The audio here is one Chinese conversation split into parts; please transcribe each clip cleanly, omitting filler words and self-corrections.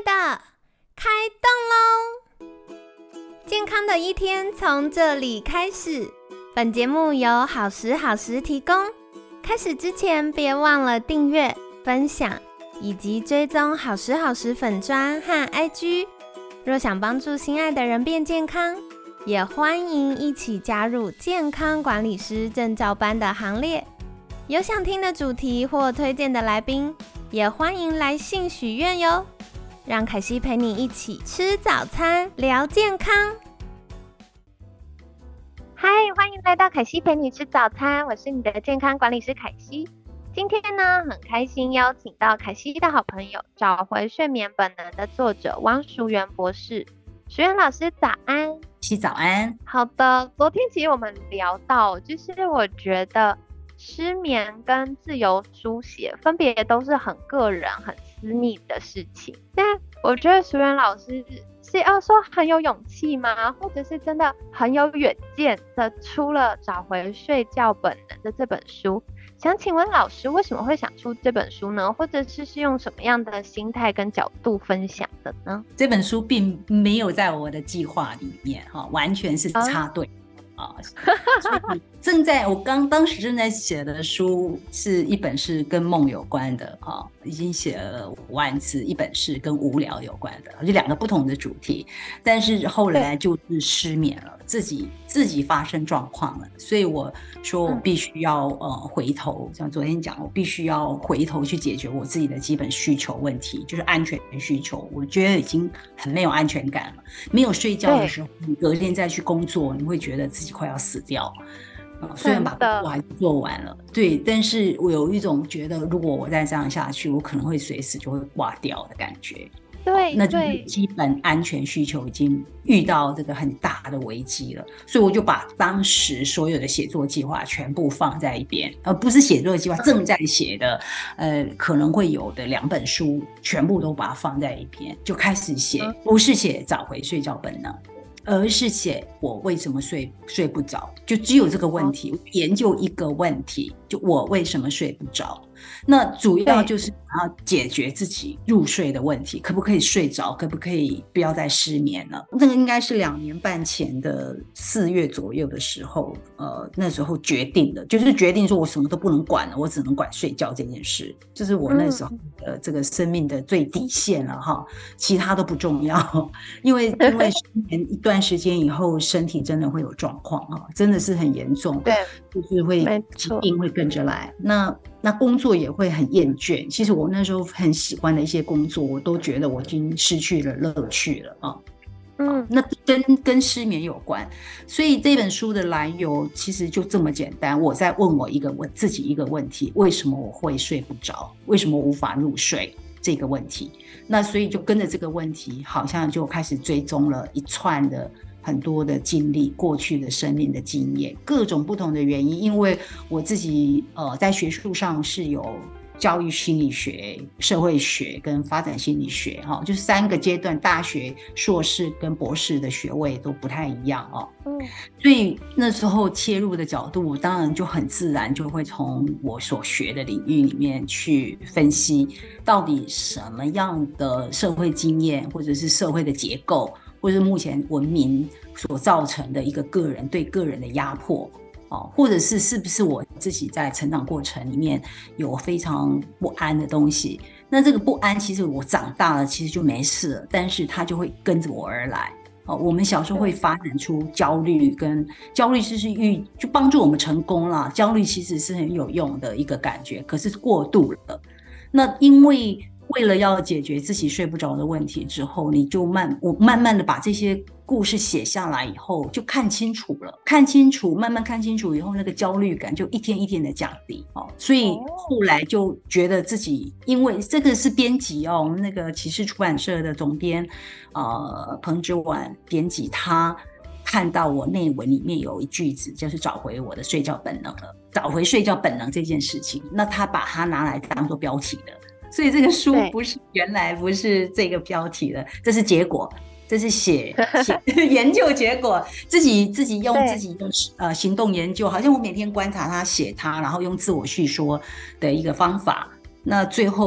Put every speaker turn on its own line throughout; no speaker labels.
的，开动喽！健康的一天从这里开始。本节目由好时好时提供。开始之前，别忘了订阅、分享以及追踪好时好时粉专和 IG。若想帮助心爱的人变健康，也欢迎一起加入健康管理师证照班的行列。有想听的主题或推荐的来宾，也欢迎来信许愿哟。让凯西陪你一起吃早餐，聊健康。嗨，欢迎来到凯西陪你吃早餐，我是你的健康管理师凯西。今天呢，很开心邀请到凯西的好朋友，找回睡眠本能的作者汪淑媛博士。淑媛老师早安。
西早安。
好的，昨天其实我们聊到，就是我觉得失眠跟自由书写分别都是很个人、很私密的事情。但我觉得淑媛老师是要说很有勇气吗？或者是真的很有远见的出了《找回睡觉本能》的这本书？想请问老师为什么会想出这本书呢？或者是用什么样的心态跟角度分享的呢？
这本书并没有在我的计划里面，完全是插队。当时正在写的书是一本是跟梦有关的，已经写了5万字，一本是跟无聊有关的，就2个不同的主题。但是后来就是失眠了，自己发生状况了，所以我说我必须要回头，像昨天讲，我必须要回头去解决我自己的基本需求问题，就是安全需求。我觉得已经很没有安全感了，没有睡觉的时候，你隔天再去工作，你会觉得自己快要死掉。虽然把工作还是做完了，对，但是我有一种觉得，如果我再这样下去，我可能会随时就会挂掉的感觉。
对，
那就是基本安全需求已经遇到这个很大的危机了，所以我就把当时所有的写作计划全部放在一边，而不是写作计划正在写的，可能会有的2本书，全部都把它放在一边，就开始写，不是写找回睡觉本能。而是写我为什么睡不着，就只有这个问题，研究一个问题，就我为什么睡不着。那主要就是想要解决自己入睡的问题，可不可以睡着，可不可以不要再失眠了。那个应该是2年半前的4月左右的时候，那时候决定的，就是决定说我什么都不能管了，我只能管睡觉这件事，就是我那时候的这个生命的最底线了哈，其他都不重要。因为失眠一段时间以后，身体真的会有状况哈，真的是很严重，
对，
就是会疾病会跟着来。那工作也会很厌倦，其实我那时候很喜欢的一些工作，我都觉得我已经失去了乐趣了啊。那跟失眠有关，所以这本书的来由其实就这么简单，我在问我自己一个问题：为什么我会睡不着？为什么无法入睡？这个问题，那所以就跟着这个问题，好像就开始追踪了一串的很多的经历，过去的生命的经验，各种不同的原因。因为我自己在学术上是有教育心理学、社会学跟发展心理学，就是3个阶段，大学、硕士跟博士的学位都不太一样所以那时候切入的角度，当然就很自然就会从我所学的领域里面去分析，到底什么样的社会经验，或者是社会的结构，或者是目前文明所造成的一个个人对个人的压迫，或者是不是我自己在成长过程里面有非常不安的东西。那这个不安其实我长大了其实就没事了，但是它就会跟着我而来。我们小时候会发展出焦虑，跟焦虑就帮助我们成功啦，焦虑其实是很有用的一个感觉，可是过度了。那因为了要解决自己睡不着的问题之后，我慢慢的把这些故事写下来以后，就看清楚了，慢慢看清楚以后，那个焦虑感就一天一天的降低所以后来就觉得自己，因为这个是编辑我们那个骑士出版社的总编彭之婉编辑，他看到我内文里面有一句子，就是找回我的睡觉本能了，找回睡觉本能这件事情，那他把它拿来当做标题的。所以这个书原来不是这个标题的，这是结果，这是写研究结果，自己用行动研究，好像我每天观察他写他，然后用自我叙说的一个方法。那最后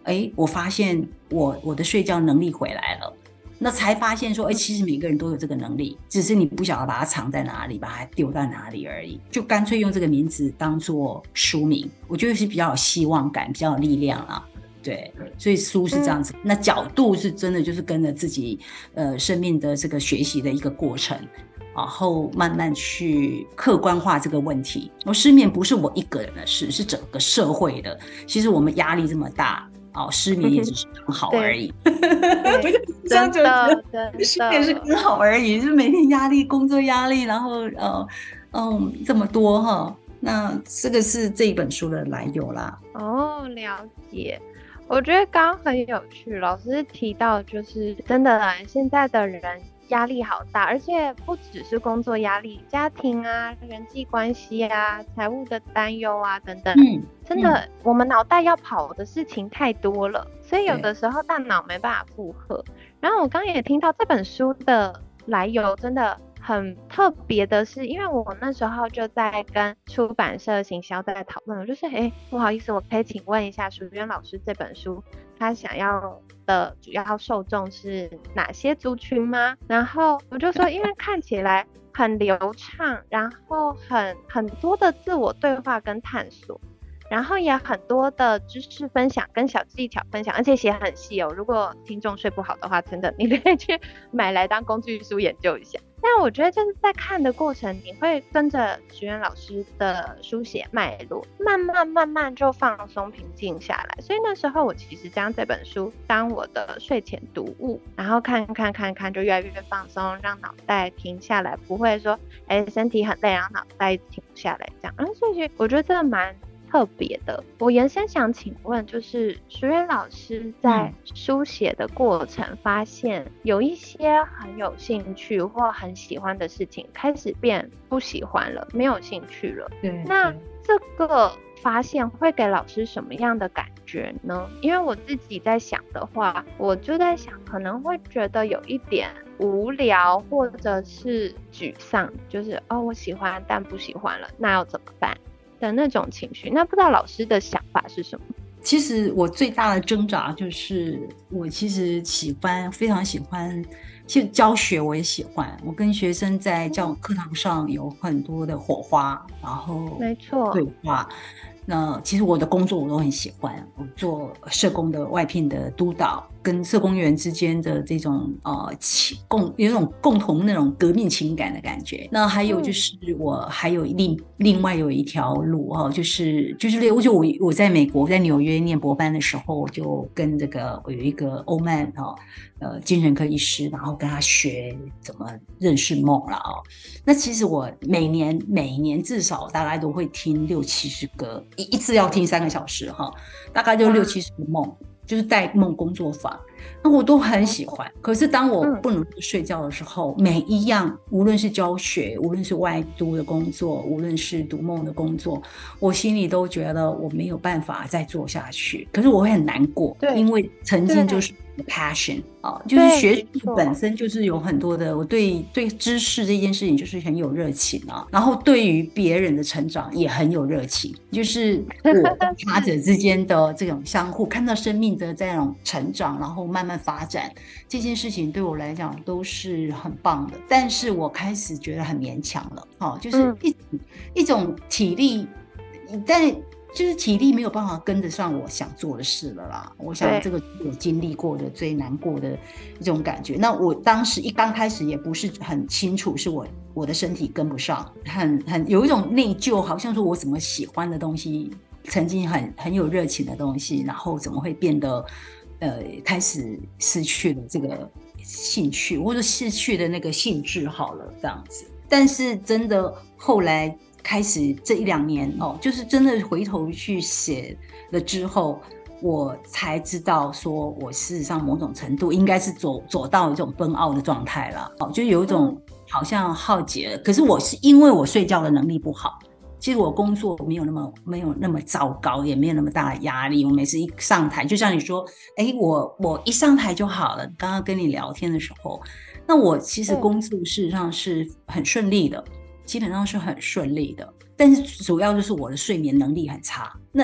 我发现我的睡觉能力回来了。那才发现说，其实每个人都有这个能力，只是你不晓得把它藏在哪里，把它丢到哪里而已。就干脆用这个名字当做书名，我觉得是比较有希望感，比较有力量啦。对，所以书是这样子。那角度是真的就是跟着自己生命的这个学习的一个过程，然后慢慢去客观化这个问题。失眠不是我一个人的事，是整个社会的。其实我们压力这么大，失眠也只是刚好而已。
真的
失眠是刚好而已，就是每天压力，工作压力，然后这么多哈。那这个是这一本书的来由啦。
了解。我觉得刚刚很有趣，老师提到就是真的现在的人压力好大，而且不只是工作压力，家庭啊、人际关系啊、财务的担忧啊等等，真的我们脑袋要跑的事情太多了，所以有的时候大脑没办法负荷。然后我刚刚也听到这本书的来由真的很特别的是，因为我那时候就在跟出版社行销在讨论，我就是不好意思，我可以请问一下淑娟老师这本书他想要的主要受众是哪些族群吗？然后我就说因为看起来很流畅，然后很多的自我对话跟探索，然后也很多的知识分享跟小技巧分享，而且写很细哦。如果听众睡不好的话，真的你可以去买来当工具书研究一下。但我觉得就是在看的过程，你会跟着淑媛老师的书写脉络，慢慢就放松平静下来。所以那时候我其实将这本书当我的睡前读物，然后看就越来越放松，让脑袋停下来，不会说身体很累，然后脑袋停不下来这样。然后所以我觉得这蛮特别的。我延伸想请问，就是淑媛老师在书写的过程发现有一些很有兴趣或很喜欢的事情开始变不喜欢了，没有兴趣了。
对，
那这个发现会给老师什么样的感觉呢？因为我自己在想的话，我就在想可能会觉得有一点无聊或者是沮丧，就是我喜欢但不喜欢了，那要怎么办的那种情绪。那不知道老师的想法是什么？
其实我最大的挣扎就是我其实非常喜欢，其实教学我也喜欢，我跟学生在课堂上有很多的火花，然后
没错
对话。那其实我的工作我都很喜欢，我做社工的外聘的督导，跟社工员之间的这种有一种共同那种革命情感的感觉。那还有就是我还有另外有一条路就是我在美国在纽约念博班的时候，就跟我有一个欧曼精神科医师，然后跟他学怎么认识梦了那其实我每年至少大概都会听60-70个，一次要听3个小时大概就60-70个梦，就是带梦工作坊，那我都很喜欢。可是当我不能睡觉的时候，每一样无论是教学，无论是外督的工作，无论是读梦的工作，我心里都觉得我没有办法再做下去。可是我会很难过，因为曾经就是passion 就是学习本身就是有很多的，我对知识这件事情就是很有热情然后对于别人的成长也很有热情，就是我跟他者之间的这种相互，看到生命的这种成长，然后慢慢发展，这件事情对我来讲都是很棒的。但是我开始觉得很勉强了就是一种体力，但就是体力没有办法跟得上我想做的事了啦。我想这个是我经历过的最难过的一种感觉。那我当时刚开始也不是很清楚，是我的身体跟不上，很有一种内疚，好像说我怎么喜欢的东西，曾经很有热情的东西，然后怎么会变得开始失去了这个兴趣，或者失去的那个兴致好了这样子。但是真的后来开始这1-2年就是真的回头去写了之后，我才知道说我事实上某种程度应该是走到一种burn out的状态了就有一种好像耗竭了。可是我是因为我睡觉的能力不好，其实我工作没有那么糟糕，也没有那么大的压力。我每次一上台，就像你说我一上台就好了。刚刚跟你聊天的时候，那我其实工作事实上是很顺利的，基本上是很顺利的，但是主要就是我的睡眠能力很差。那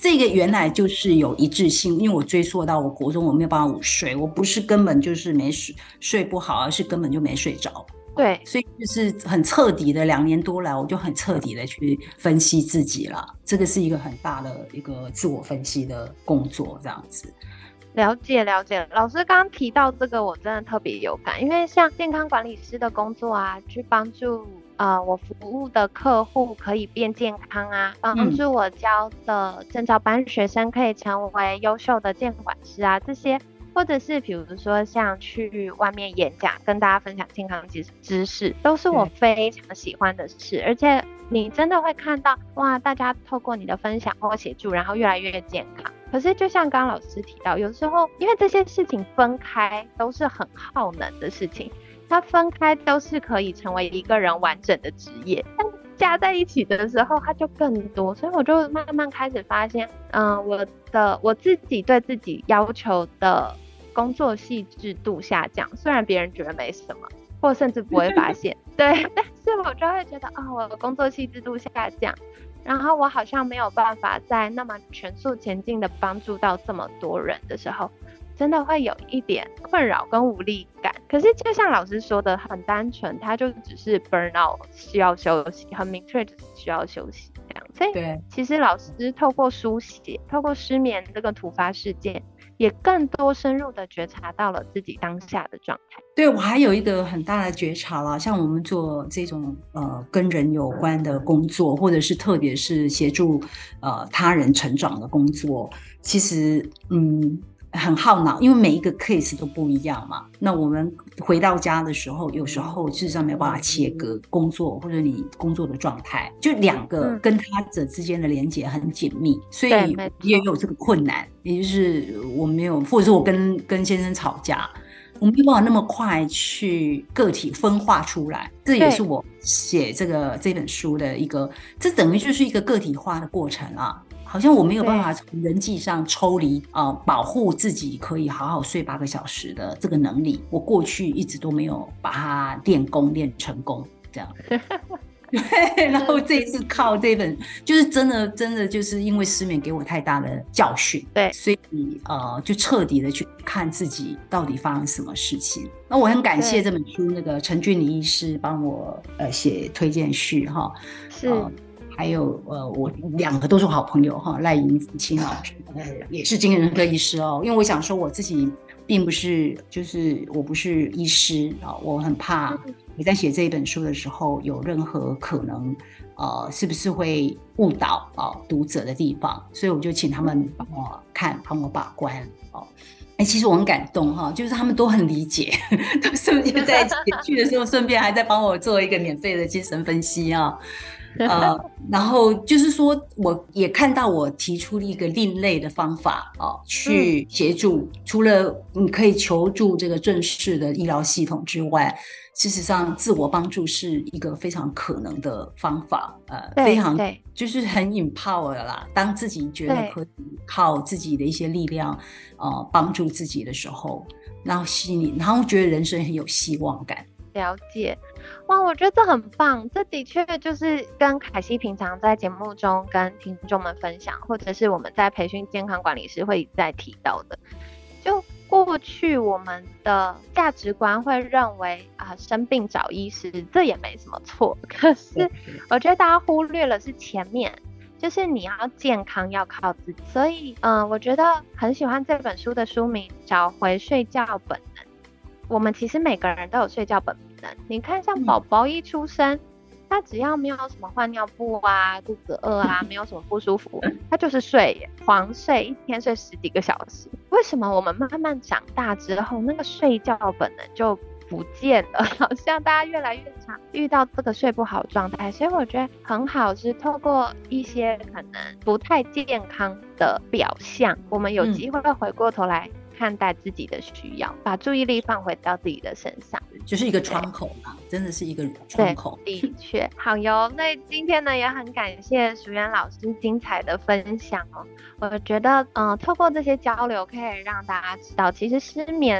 这个原来就是有一致性，因为我追溯到我国中我没有办法午睡，我不是根本就是没睡不好，而是根本就没睡着。
对，
所以就是很彻底的2年多来，我就很彻底的去分析自己了。这个是一个很大的一个自我分析的工作，这样子。
了解了解，老师刚刚提到这个，我真的特别有感，因为像健康管理师的工作啊，去帮助我服务的客户可以变健康啊，帮助我教的证照班学生可以成为优秀的健管师啊，这些。或者是比如说像去外面演讲跟大家分享健康知识，都是我非常喜欢的事。而且你真的会看到哇，大家透过你的分享或协助，然后越来越健康。可是就像刚刚老师提到，有时候因为这些事情分开都是很耗能的事情，它分开都是可以成为一个人完整的职业，但加在一起的时候它就更多。所以我就慢慢开始发现我自己对自己要求的工作细致度下降，虽然别人觉得没什么，或甚至不会发现对，但是我就会觉得我的工作细致度下降，然后我好像没有办法在那么全速前进的帮助到这么多人的时候，真的会有一点困扰跟无力感。可是就像老师说的，很单纯，他就只是 burnout 需要休息，很明确就是需要休息这样。所以其实老师透过书写，透过失眠这个突发事件，也更多深入的觉察到了自己当下的状态。
对，我还有一个很大的觉察啦，像我们做这种跟人有关的工作，或者是特别是协助他人成长的工作，其实很耗脑，因为每一个 case 都不一样嘛。那我们回到家的时候，有时候事实上没有办法切割工作或者你工作的状态，就两个跟他者之间的连结很紧密，所以也有这个困难，也就是我没有，或者是我跟先生吵架，我没有办法那么快去个体分化出来。这也是我写这本书的一个，这等于就是一个个体化的过程啊。好像我没有办法从人际上抽离保护自己可以好好睡8个小时的这个能力，我过去一直都没有把它练成功这样。对，然后这一次靠这本，就是真的就是因为失眠给我太大的教训，
对，
所以就彻底的去看自己到底发生什么事情。那我很感谢这本书那个陈俊礼医师帮我写推荐序哈，
是。
还有我2个都是好朋友哈，赖莹清老师也是精神科医师哦。因为我想说我自己并不是，就是我不是医师啊，我很怕你在写这一本书的时候有任何可能是不是会误导读者的地方，所以我就请他们帮我看，帮我把关哦。其实我很感动哈，就是他们都很理解，都顺便在写序的时候顺便还在帮我做一个免费的精神分析啊。然后就是说我也看到我提出了一个另类的方法去协助，除了你可以求助这个正式的医疗系统之外，事实上自我帮助是一个非常可能的方法，非常就是很 empower 啦。当自己觉得可以靠自己的一些力量帮助自己的时候，然后觉得人生很有希望感。
了解，哇，我觉得这很棒，这的确就是跟凯西平常在节目中跟听众们分享，或者是我们在培训健康管理师会一再提到的。就过去我们的价值观会认为生病找医师这也没什么错，可是我觉得大家忽略了是前面，就是你要健康要靠自己。所以我觉得很喜欢这本书的书名，找回睡觉本能。我们其实每个人都有睡觉本能，你看像宝宝一出生，他只要没有什么换尿布啊、肚子饿啊，没有什么不舒服，他就是睡耶，狂睡，一天睡10几个小时。为什么我们慢慢长大之后，那个睡觉本能就不见了？好像大家越来越常遇到这个睡不好的状态，所以我觉得很好，是透过一些可能不太健康的表象，我们有机会回过头来看待自己的需要，把注意力放回到自己的身上，
就是一个窗口嘛，真的是一个窗口。
的确，好哟。那今天呢，也很感谢淑媛老师精彩的分享哦。我觉得，透过这些交流，可以让大家知道，其实失眠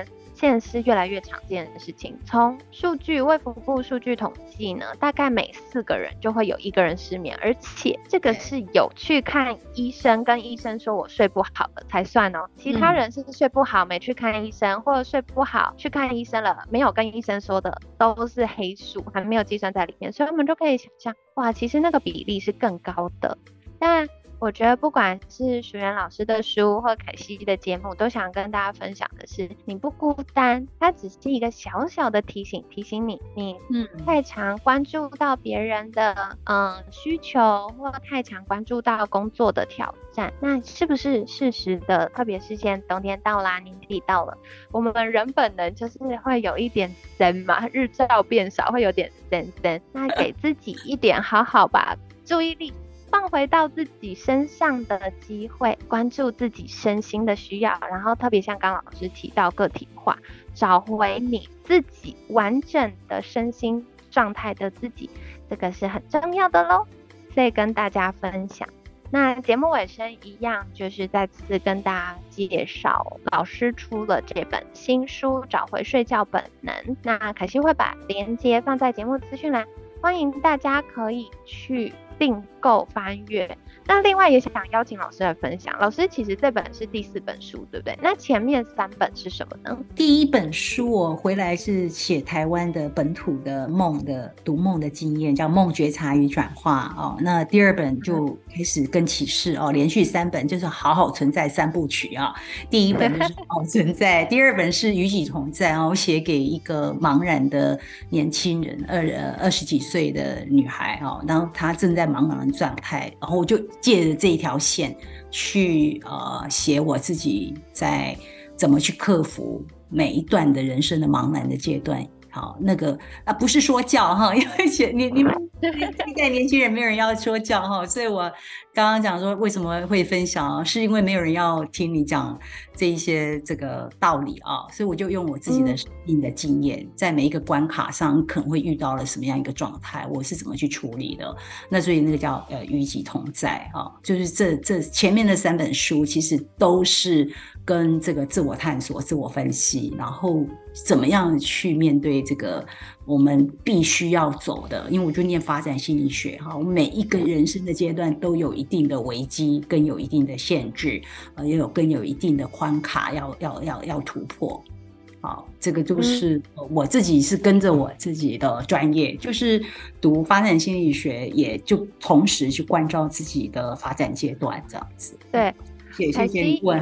现是越来越常见的事情。从卫福部数据统计呢，大概每4个人就会有1个人失眠，而且这个是有去看医生，跟医生说我睡不好了才算哦。其他人是睡不好没去看医生，或者睡不好去看医生了没有跟医生说的，都是黑数，还没有计算在里面。所以我们就可以想象，哇，其实那个比例是更高的。但我觉得不管是淑媛老师的书或凯西的节目，都想跟大家分享的是，你不孤单，它只是一个小小的提醒你太常关注到别人的需求，或太常关注到工作的挑战，那是不是适时的，特别是现在冬天到啦，年底到了，我们人本能就是会有一点森嘛，日照变少会有点森，那给自己一点好好把注意力放回到自己身上的机会，关注自己身心的需要，然后特别像刚老师提到个体化，找回你自己完整的身心状态的自己，这个是很重要的咯，所以跟大家分享。那节目尾声一样，就是再次跟大家介绍老师出了这本新书《找回睡觉本能》，那凯西会把连结放在节目资讯栏，欢迎大家可以去订购翻阅。那另外也想邀请老师来分享，老师其实这本是第4本书对不对？那前面3本是什么呢？
第1本书我回来是写台湾的本土的读梦的经验，叫梦觉察与转化哦。那第2本就开始跟启示哦，连续3本就是好好存在3部曲啊。第1本就是好好存在，第2本是与己同在哦，我写给一个茫然的年轻人，20几岁的女孩哦，然后她正在茫然的状态，然后我就借着这一条线去写我自己在怎么去克服每一段的人生的茫然的阶段。好，那个不是说教哈，因为你们这一代年轻人没有人要说教哈，所以我刚刚讲说为什么会分享，是因为没有人要听你讲这一些这个道理啊，所以我就用我自己的生命的经验，在每一个关卡上可能会遇到了什么样一个状态，我是怎么去处理的。那所以那个叫与己同在啊，就是这前面的3本书其实都是跟这个自我探索、自我分析，然后怎么样去面对这个我们必须要走的，因为我就念发展心理学哈，我每一个人生的阶段都有一定的危机，跟有一定的限制，也有一定的关卡要突破。好，这个就是我自己是跟着我自己的专业，就是读发展心理学，也就同时去关照自己的发展阶段这样子。
对，
谢谢你问，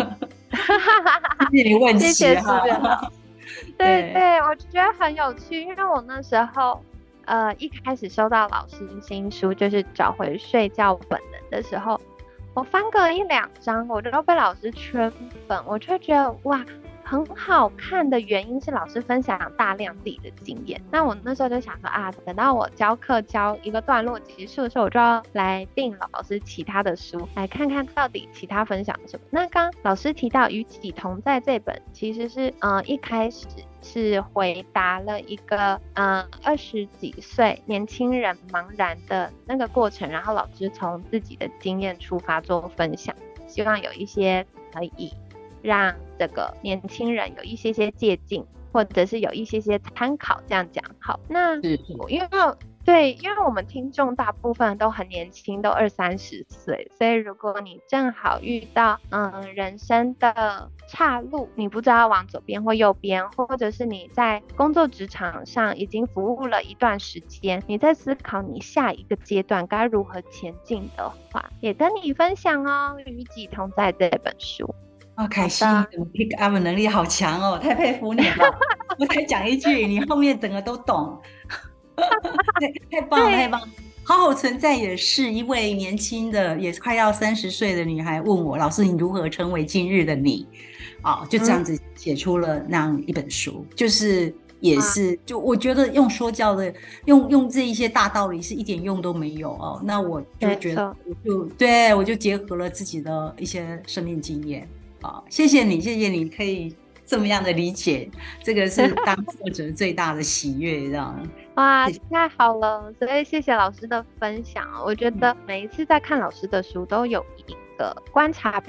谢谢你问题，
谢谢对，我觉得很有趣，因为我那时候一开始收到老师新书就是找回睡觉本能的时候，我翻个1、2章我就被老师圈粉，我就觉得哇很好看的原因是老师分享大量自己的经验。那我那时候就想说等到我教课教一个段落结束的时候，我就要来订老师其他的书，来看看到底其他分享什么。那刚老师提到与己同在这本，其实是一开始是回答了一个20几岁年轻人茫然的那个过程，然后老师从自己的经验出发做分享，希望有一些可以让这个年轻人有一些借鉴，或者是有一些参考，这样讲好。那因为我们听众大部分都很年轻，都20-30岁，所以如果你正好遇到人生的岔路，你不知道往左边或右边，或者是你在工作职场上已经服务了一段时间，你在思考你下一个阶段该如何前进的话，也跟你分享哦，与己同在这本书。
凯西，你的 pick up 能力好强哦，太佩服你了。我才讲一句，你后面整个都懂。太棒了，太棒了！好好存在也是一位年轻的，也快要30岁的女孩问我，老师你如何成为今日的你？就这样子写出了那样一本书，就是也是就我觉得用说教的用这一些大道理是一点用都没有哦。那我就觉得我就结合了自己的一些生命经验。谢谢你可以这么样的理解，这个是当作者最大的喜悦，这样。
哇，太好了！所以谢谢老师的分享。我觉得每一次在看老师的书，都有一个观察别人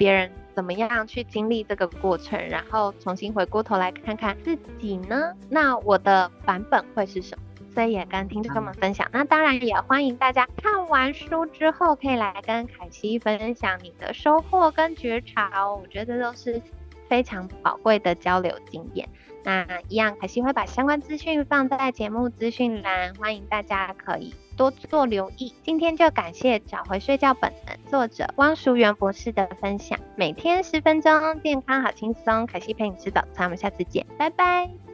怎么样去经历这个过程，然后重新回过头来看看自己呢，那我的版本会是什么，所以也跟听众们分享。那当然也欢迎大家看完书之后可以来跟凯西分享你的收获跟觉察哦，我觉得都是非常宝贵的交流经验。那一样，凯西会把相关资讯放在节目资讯栏，欢迎大家可以多做留意。今天就感谢找回睡觉本能作者汪淑媛博士的分享，每天10分钟，健康好轻松，凯西陪你吃早餐，我们下次见，拜拜。